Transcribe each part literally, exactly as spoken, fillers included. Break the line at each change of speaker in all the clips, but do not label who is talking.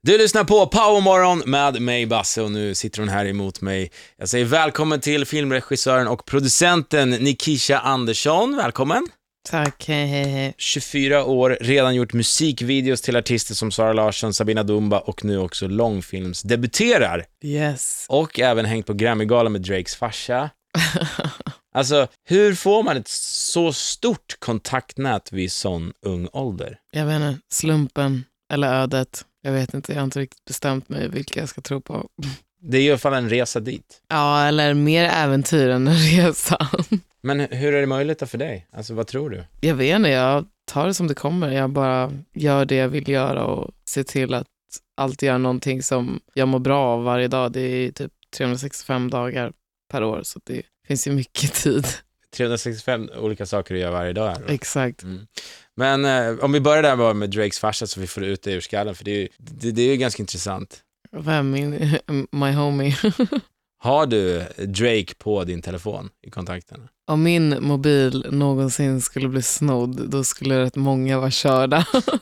Du lyssnar på Powermorgon med mig, Basse, och nu sitter hon här emot mig. Jag säger välkommen till filmregissören och producenten Nikisha Andersson. Välkommen.
Tack, hej, hej, hej.
tjugofyra år, redan gjort musikvideos till artister som Sara Larsson, Sabina Dumba och nu också långfilmsdebuterar.
Yes.
Och även hängt på Grammy-galan med Drakes farsa. Alltså, hur får man ett så stort kontaktnät vid sån ung ålder?
Jag vet inte, slumpen eller ödet. Jag vet inte, jag har inte riktigt bestämt mig vilka jag ska tro på.
Det är i alla fall en resa dit.
Ja, eller mer äventyr än en resa.
Men hur är det möjligt för dig? Alltså, vad tror du?
Jag vet inte, jag tar det som det kommer. Jag bara gör det jag vill göra och ser till att alltid göra någonting som jag mår bra av varje dag. Det är typ trehundrasextiofem dagar per år, så det finns ju mycket tid.
trehundrasextiofem olika saker du gör varje dag här.
Exakt.
Mm. Men eh, om vi börjar där bara med Drakes farsa så vi får ut det ur skallen, för det är ju, det, det är ju ganska intressant.
Vem? Min, my homie.
Har du Drake på din telefon i kontakterna?
Om min mobil någonsin skulle bli snodd, då skulle rätt många vara körda.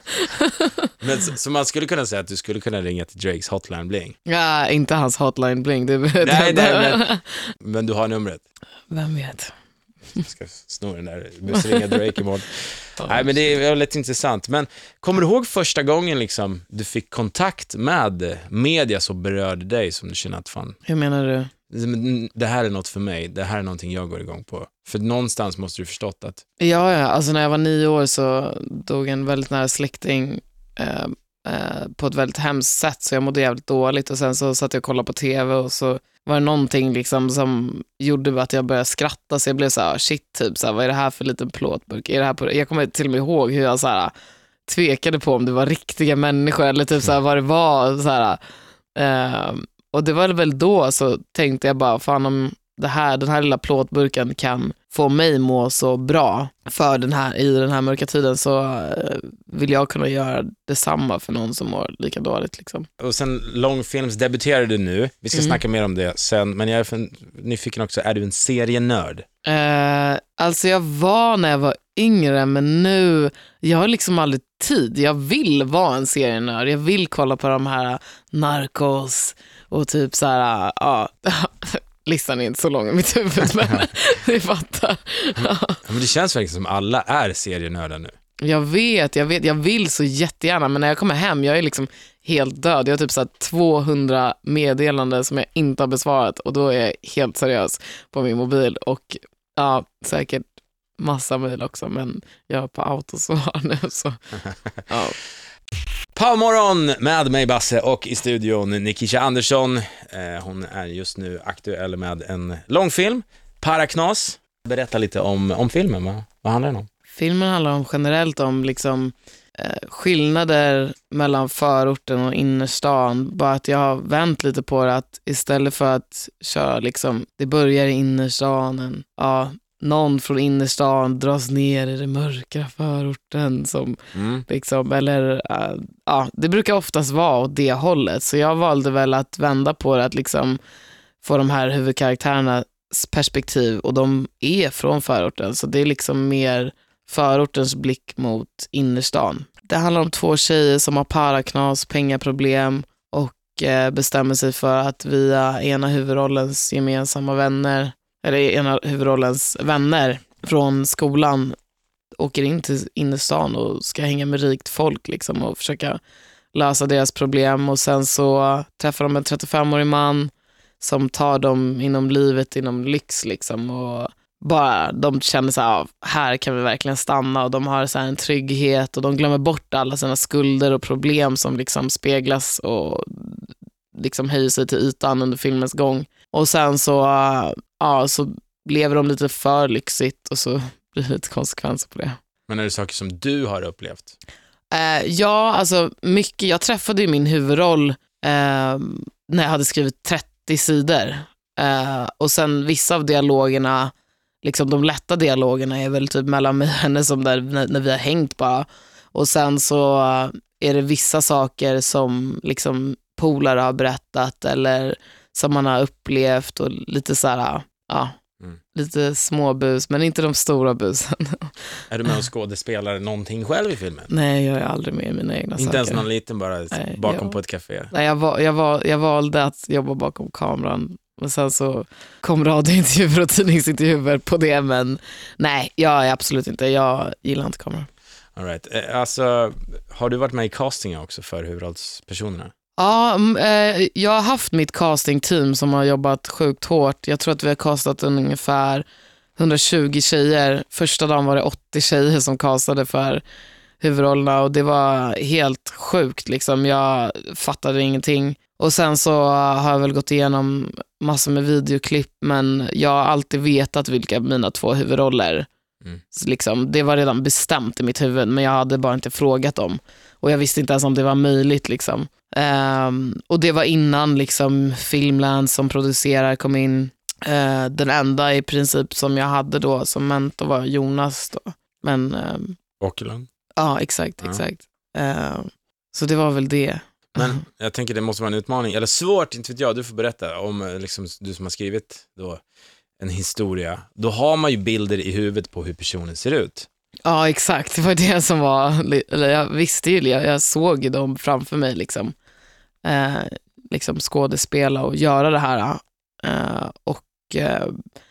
Men, så, så man skulle kunna säga att du skulle kunna ringa till Drakes hotline bling?
Ja, inte hans hotline bling. Det
nej, nej, men, men du har numret.
Vem vet?
Jag ska sno den där. Du måste ringa Drake imorgon. Oh, nej, men det är väldigt intressant. Men kommer du ihåg första gången liksom, du fick kontakt med media som berörde dig, som du känner att fan...
Hur menar du?
Det här är något för mig. Det här är någonting jag går igång på. För någonstans måste du förstått att...
Ja, ja. Alltså när jag var nio år så dog en väldigt nära släkting eh, eh, på ett väldigt hemskt sätt. Så jag mådde jävligt dåligt. Och sen så satt jag och kollade på tv och så var det någonting liksom som gjorde att jag började skratta. Så jag blev så här, shit, typ så här, vad är det här för liten plåtburk? Är det här på... Jag kommer till och med ihåg hur jag så här tvekade på om det var riktiga människor eller typ så här, vad det var. Så här, eh, och det var väl då så tänkte jag bara, fan om det här, den här lilla plåtburken kan få mig må så bra för den här, i den här mörka tiden, så vill jag kunna göra detsamma för någon som mår lika dåligt. Liksom.
Och sen långfilms debuterar du nu. Vi ska mm. snacka mer om det sen. Men jag är för, nyfiken också, är du en serienörd?
Eh, alltså jag var när jag var yngre, men nu, jag har liksom aldrig tid. Jag vill vara en serienörd. Jag vill kolla på de här Narcos och typ så här, ja, listan är inte så lång i mitt huvud, men ni fattar.
Ja. Men det känns verkligen som alla är serienördar nu.
Jag vet, jag vet, jag vill så jättegärna, men när jag kommer hem, jag är liksom helt död. Jag har typ så här tvåhundra meddelanden som jag inte har besvarat, och då är jag helt seriös på min mobil, och ja, säkert massa mejl också, men jag är på autosvar nu, så ja.
Powermorgon med mig, Basse, och i studion Nikisha Andersson. Eh, hon är just nu aktuell med en långfilm, Paraknas. Berätta lite om, om filmen, va? Vad handlar den om?
Filmen handlar om generellt om liksom, eh, skillnader mellan förorten och innerstan. Bara att jag har vänt lite på det, att istället för att köra liksom, det börjar i innerstan, en, ja, någon från innerstan dras ner i det mörka förorten som mm. liksom, eller uh, ja, det brukar oftast vara åt det hållet, så jag valde väl att vända på det, att liksom få de här huvudkaraktärernas perspektiv, och de är från förorten, så det är liksom mer förortens blick mot innerstan. Det handlar om två tjejer som har paraknas, pengaproblem, och eh, bestämmer sig för att via ena huvudrollens gemensamma vänner, eller ena huvudrollens vänner från skolan, åker in till innerstan och ska hänga med rikt folk liksom, och försöka lösa deras problem. Och sen så träffar de en trettiofemårig man som tar dem inom livet, inom lyx liksom, och bara de känner så här, här kan vi verkligen stanna, och de har så här en trygghet, och de glömmer bort alla sina skulder och problem som liksom speglas och liksom höjer sig till ytan under filmens gång. Och sen så, ja, så lever de lite för lyxigt, och så blir det lite konsekvenser på det.
Men är det saker som du har upplevt?
Eh, ja, alltså mycket. Jag träffade ju min huvudroll eh, när jag hade skrivit trettio sidor. Eh, och sen vissa av dialogerna, liksom de lätta dialogerna, är väl typ mellan mig och henne, som där när, när vi har hängt bara. Och sen så är det vissa saker som liksom polare har berättat, eller som man har upplevt, och lite så här, ja.
Mm.
Lite små bus, men inte de stora busen.
Är du med och skådespelar någonting själv i filmen?
Nej, jag är aldrig med i mina egna
Inte
saker.
ens någon liten bara
Nej,
bakom
jag,
på ett café?
Nej, jag, var, jag, var, jag valde att jobba bakom kameran. Men sen så kom radiointervjuer och tidningsintervjuer på det. Men nej, jag är absolut inte. Jag gillar inte kameran.
All right. Alltså, har du varit med i castingar också för huvudrollspersonerna?
Ja, eh, jag har haft mitt castingteam som har jobbat sjukt hårt. Jag tror att vi har castat ungefär hundratjugo tjejer. Första dagen var det åttio tjejer som castade för huvudrollerna och det var helt sjukt. Liksom. Jag fattade ingenting. Och sen så har jag väl gått igenom massor med videoklipp, men jag har alltid vetat vilka mina två huvudroller. Mm. Liksom, det var redan bestämt i mitt huvud, men jag hade bara inte frågat dem. Och jag visste inte ens om det var möjligt. Liksom. Um, och det var innan liksom, Filmland som producerar kom in. Uh, den enda i princip som jag hade då som mentor var Jonas. Då. Men, um,
Åkerlund?
Ja, exakt.
Ja.
exakt. Uh, så det var väl det.
Men jag tänker det måste vara en utmaning. Eller svårt, inte vet jag, du får berätta om liksom, du som har skrivit då, en historia. Då har man ju bilder i huvudet på hur personen ser ut.
Ja, exakt. Det var det som var, eller jag visste ju, jag, jag såg ju dem framför mig liksom, eh, liksom skådespela och göra det här. Eh, och eh,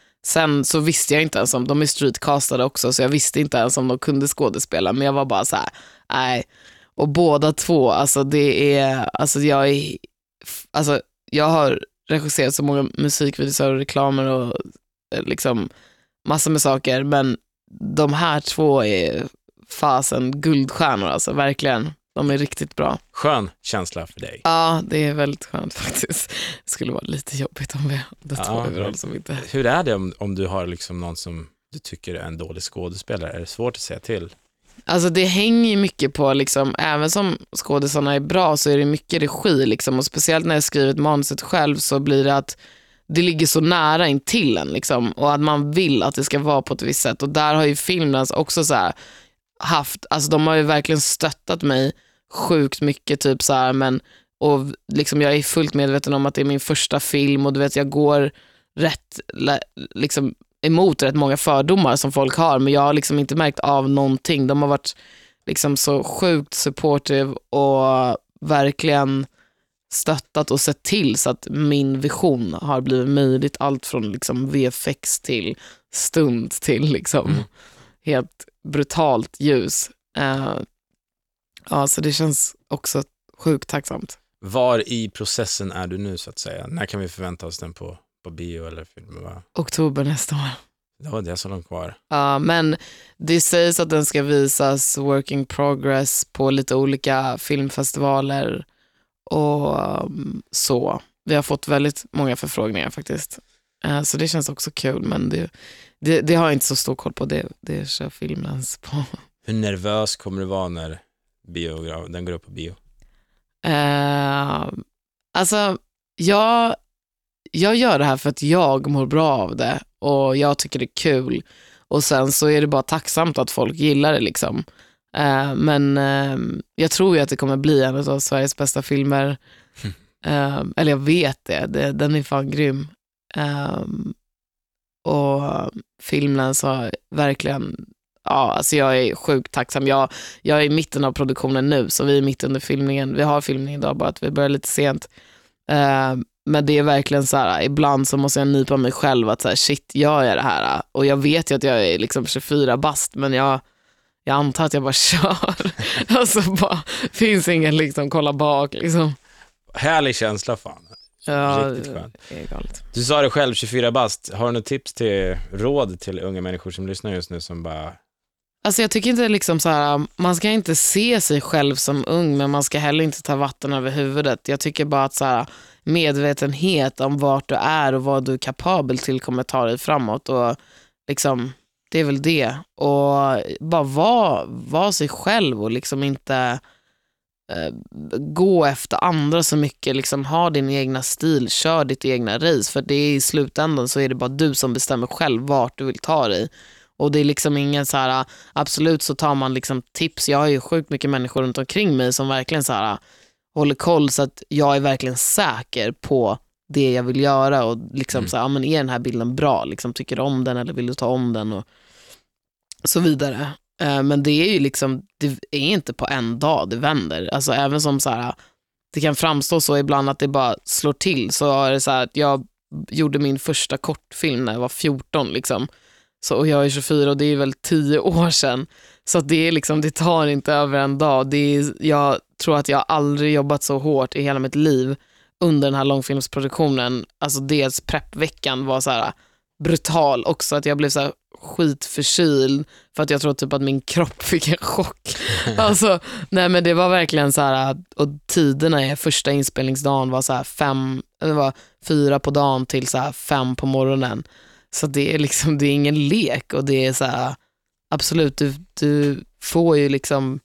sen så visste jag inte ens om, de är streetcastade också, så jag visste inte ens om de kunde skådespela, men jag var bara så här, nej. Och båda två, alltså det är, alltså jag är, alltså jag har regisserat så många musikvideos och reklamer och liksom massor med saker, men de här två är fasen guldstjärnor, alltså verkligen. De är riktigt bra.
Skön känsla för dig.
Ja, det är väldigt skönt faktiskt. Det skulle vara lite jobbigt om vi hade två
ja,
huvudroller som inte...
Hur är det om, om du har liksom någon som du tycker är en dålig skådespelare? Är det svårt att säga till?
Alltså det hänger ju mycket på, liksom, även som skådespelarna är bra så är det mycket regi. Liksom, och speciellt när jag skrivit manuset själv så blir det att det ligger så nära in till en. Liksom, och att man vill att det ska vara på ett visst sätt. Och där har ju Filmland också så här haft, alltså de har ju verkligen stöttat mig sjukt mycket typ så här, men och liksom jag är fullt medveten om att det är min första film och du vet jag går rätt liksom emot rätt många fördomar som folk har, men jag har liksom inte märkt av någonting. De har varit liksom så sjukt supportive och verkligen stöttat och sett till så att min vision har blivit möjligt, allt från liksom V F X till stund till liksom mm. helt brutalt ljus. Uh, ja, så det känns också sjukt tacksamt.
Var i processen är du nu så att säga? När kan vi förvänta oss den på, på bio eller film? Va?
Oktober nästa år.
Ja, det är så långt kvar.
Ja, men det sägs att den ska visas work in progress på lite olika filmfestivaler och um, så. Vi har fått väldigt många förfrågningar faktiskt. Uh, så det känns också kul, men det, det, det har jag inte så stor koll på. Det, det kör Filmlands på.
Hur nervös kommer du vara när bio, den går upp på bio?
Uh, alltså, jag, jag gör det här för att jag mår bra av det och jag tycker det är kul. Och sen så är det bara tacksamt att folk gillar det liksom. Uh, men uh, jag tror ju att det kommer bli en av Sveriges bästa filmer. Uh, eller jag vet det, det den är fan grym. Uh, och Filmland så verkligen, ja, alltså jag är sjukt tacksam. Jag, jag är i mitten av produktionen nu, så vi är mitt under filmningen. Vi har filmning idag, bara att vi börjar lite sent. Uh, men det är verkligen så här, ibland så måste jag nypa mig själv att så här, shit, gör jag det här? Och jag vet ju att jag är liksom tjugofyra bast, men jag Jag antar att jag bara kör. Alltså bara, finns ingen liksom kolla bak liksom.
Härlig känsla fan.
Ja,
riktigt skönt.
Det är galet.
Du sa det själv, tjugofyra bast. Har du något tips till råd till unga människor som lyssnar just nu som bara...
Alltså jag tycker inte liksom så här, man ska inte se sig själv som ung, men man ska heller inte ta vatten över huvudet. Jag tycker bara att så här, medvetenhet om vart du är och vad du är kapabel till kommer ta dig framåt, och liksom det är väl det. Och bara vara var sig själv och liksom inte eh, gå efter andra så mycket. Liksom ha din egna stil, kör ditt egna race. För det är i slutändan så är det bara du som bestämmer själv vart du vill ta dig. Och det är liksom ingen så här, absolut så tar man liksom tips. Jag har ju sjukt mycket människor runt omkring mig som verkligen så här håller koll, så att jag är verkligen säker på det jag vill göra och liksom
Mm.
så här, ja, men är den här bilden bra, liksom, tycker du om den eller vill du ta om den och så vidare. Eh, men det är ju liksom, det är inte på en dag det vänder. Alltså även som så här, det kan framstå så ibland att det bara slår till, så är det så här att jag gjorde min första kortfilm när jag var fjorton liksom. Så, och jag är tjugofyra och det är väl tio år sedan. Så att det är liksom, det tar inte över en dag. Det är, jag tror att jag aldrig jobbat så hårt i hela mitt liv under den här långfilmsproduktionen. Alltså dels preppveckan var så här brutal också, att jag blev så här skitförkyld för att jag tror typ att min kropp fick en chock. Alltså, nej men det var verkligen så här, och tiderna i första inspelningsdagen var så här fem, det var fyra på dagen till så här fem på morgonen. Så det är liksom, det är ingen lek och det är så här, absolut, du, du får ju liksom,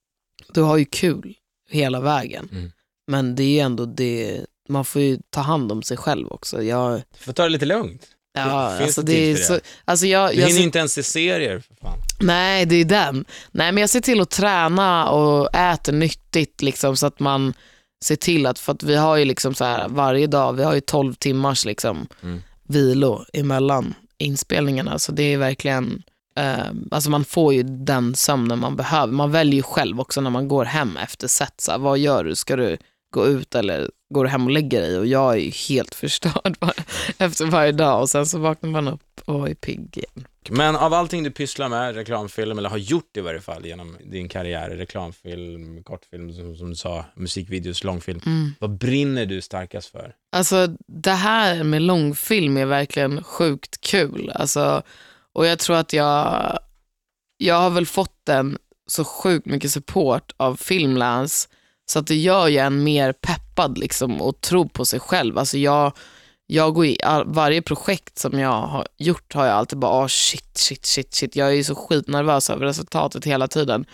du har ju kul hela vägen.
Mm.
Men det är ju ändå det, man får ju ta hand om sig själv också. Jag,
Du får ta det lite lugnt.
ja,
Finns
alltså
det
det är
tid för det?
så, alltså jag,
Du
jag
hinner
ser,
inte ens se serier, för fan.
nej, det är den. Nej, men jag ser till att träna och äta nyttigt liksom, så att man ser till att, för att vi har ju liksom så här varje dag, vi har ju tolv timmars liksom
Mm.
vilo emellan inspelningarna, så det är verkligen eh, alltså man får ju den sömnen man behöver. Man väljer ju själv också när man går hem efter set, så här, vad gör du? Ska du gå ut eller går du hem och lägger dig? Och jag är ju helt förstörd var- efter varje dag, och sen så vaknar man upp och är pigg igen.
Men av allting du pysslar med, reklamfilm, eller har gjort i varje fall genom din karriär, reklamfilm, kortfilm, som, som du sa, musikvideos, långfilm,
Mm.
vad brinner du starkast för?
Alltså det här med långfilm är verkligen sjukt kul. Alltså, och jag tror att jag, jag har väl fått en så sjukt mycket support av Filmlands, så att det gör ju en mer peppad liksom, och tro på sig själv. Alltså jag, jag går i all, varje projekt som jag har gjort har jag alltid bara, oh, shit, shit, shit, shit. Jag är ju så skitnervös över resultatet hela tiden.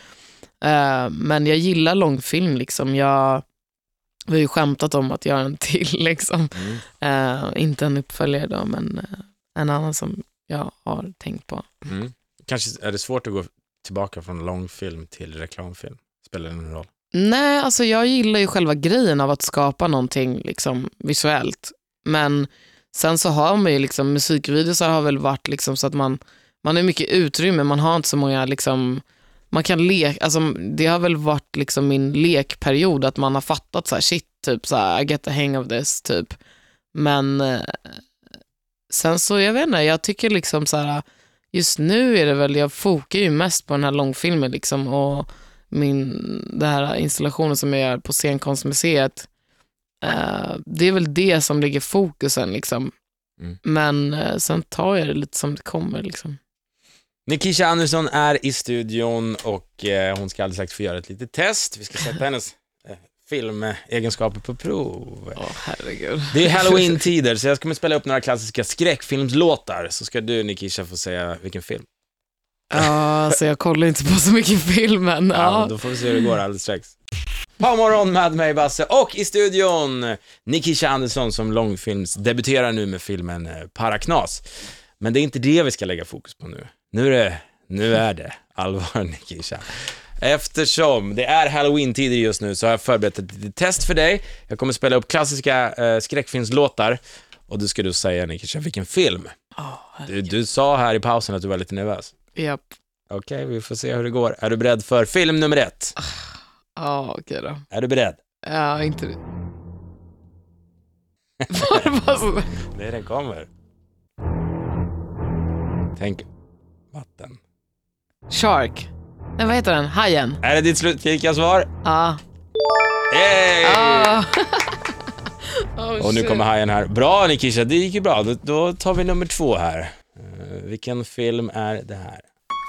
Uh, men jag gillar långfilm liksom. Jag vi har ju skämtat om att göra en till liksom.
Mm.
Uh, inte en uppföljare då, men uh, en annan som jag har tänkt på.
Mm. Kanske är det svårt att gå tillbaka från långfilm till reklamfilm. Spelar det någon roll?
Nej, alltså jag gillar ju själva grejen av att skapa någonting liksom visuellt. Men sen så har man ju liksom, musikvideos har väl varit liksom så att man, man har mycket utrymme, man har inte så många liksom, man kan leka, alltså det har väl varit liksom min lekperiod, att man har fattat så här, shit, typ så här, I get the hang of this, typ. Men eh, sen så, jag vet inte, jag tycker liksom så här, just nu är det väl, jag fokar ju mest på den här långfilmen liksom, och min, det här installationen som jag gör på Scenkonstmuseet, eh, det är väl det som ligger fokusen liksom.
Mm.
Men eh, sen tar jag det lite som det kommer liksom.
Nikisha Andersson är i studion och eh, hon ska alldeles sagt få göra ett litet test. Vi ska sätta hennes eh, filmegenskaper på prov.
Åh, herregud.
Det är Halloween-tider, så jag ska spela upp några klassiska skräckfilmslåtar, så ska du, Nikisha, få säga vilken film.
Ja, alltså jag kollar inte på så mycket film, men
Ja,
ja.
men då får vi se hur det går alldeles strax. På morgon med mig, Basse, och i studion Nikisha Andersson som långfilms debuterar nu med filmen eh, Paraknas. Men det är inte det vi ska lägga fokus på nu. Nu är det, nu är det allvar, Nikisha. Eftersom det är Halloween-tider just nu så har jag förberett ett litet test för dig. Jag kommer spela upp klassiska eh, skräckfilmslåtar och du ska du säga, Nikisha, vilken film.
Åh,
Du, du sa här i pausen att du var lite nervös.
japp.
Okej, vi får se hur det går. Är du beredd för film nummer ett?
Ja, okej då.
Är du beredd?
Ja, inte det. Var det bara så?
Nej, den kommer. Tänk vatten.
Shark. Nej, vad heter den? Hajen.
Är det ditt slutgiltiga svar?
Ja.
Hey!
Ah. Oh,
Och nu
shit.
kommer hajen här. Bra, Nikisha, det gick ju bra. Då, då tar vi nummer två här. Uh, vilken film är det här?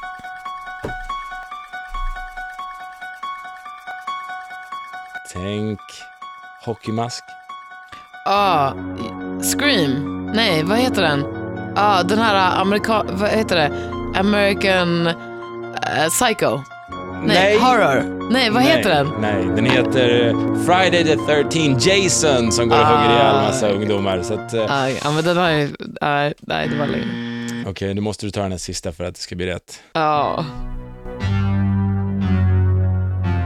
Tänk hockeymask.
Ah, Scream. Nej, vad heter den? Ah, den här amerika... Vad heter det? American eh, Psycho. Nej, horror. Nej, vad
Nej,
heter den?
Nej, den heter eh, Friday the thirteenth Jason, som går och hugger ihjäl
Ah.
massa ungdomar. Så att, eh,
Ah, ja, men den har ju... Nej, nej, det var lögn.
okej, nu måste du ta den här sista för att det ska bli rätt.
Ja.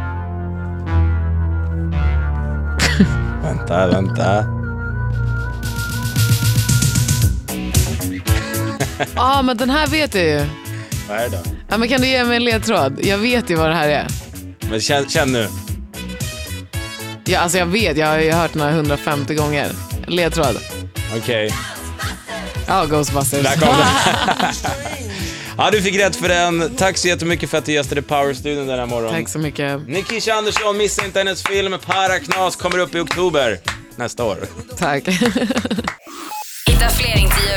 Vänta, vänta.
ah, men den här vet jag ju.
Vad är det då?
Ja, men kan du ge mig en ledtråd? Jag vet ju vad det här är.
Men känn, känn nu.
Ja, alltså jag vet, jag har ju hört den här hundrafemtio gånger. Ledtråd.
Okej. Okay.
Ja, Ghostbusters.
Där kom den. Ja, du fick rätt för den. Tack så jättemycket för att du gästade Power-studion den här morgonen.
Tack så mycket.
Nikisha Andersson, missa inte hennes film Paraknas, kommer upp i oktober nästa år.
Tack.
Hitta fler intervjuer